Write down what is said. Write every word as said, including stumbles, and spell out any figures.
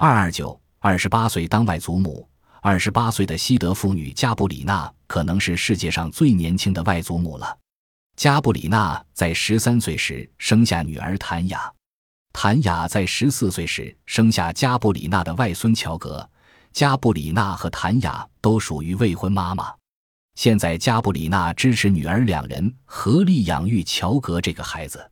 二二九，二十八岁当外祖母。二十八岁的西德妇女加布里娜可能是世界上最年轻的外祖母了。加布里娜在十三岁时生下女儿谭雅，谭雅在十四岁时生下加布里娜的外孙乔格。加布里娜和谭雅都属于未婚妈妈。现在加布里娜支持女儿两人合力养育乔格这个孩子。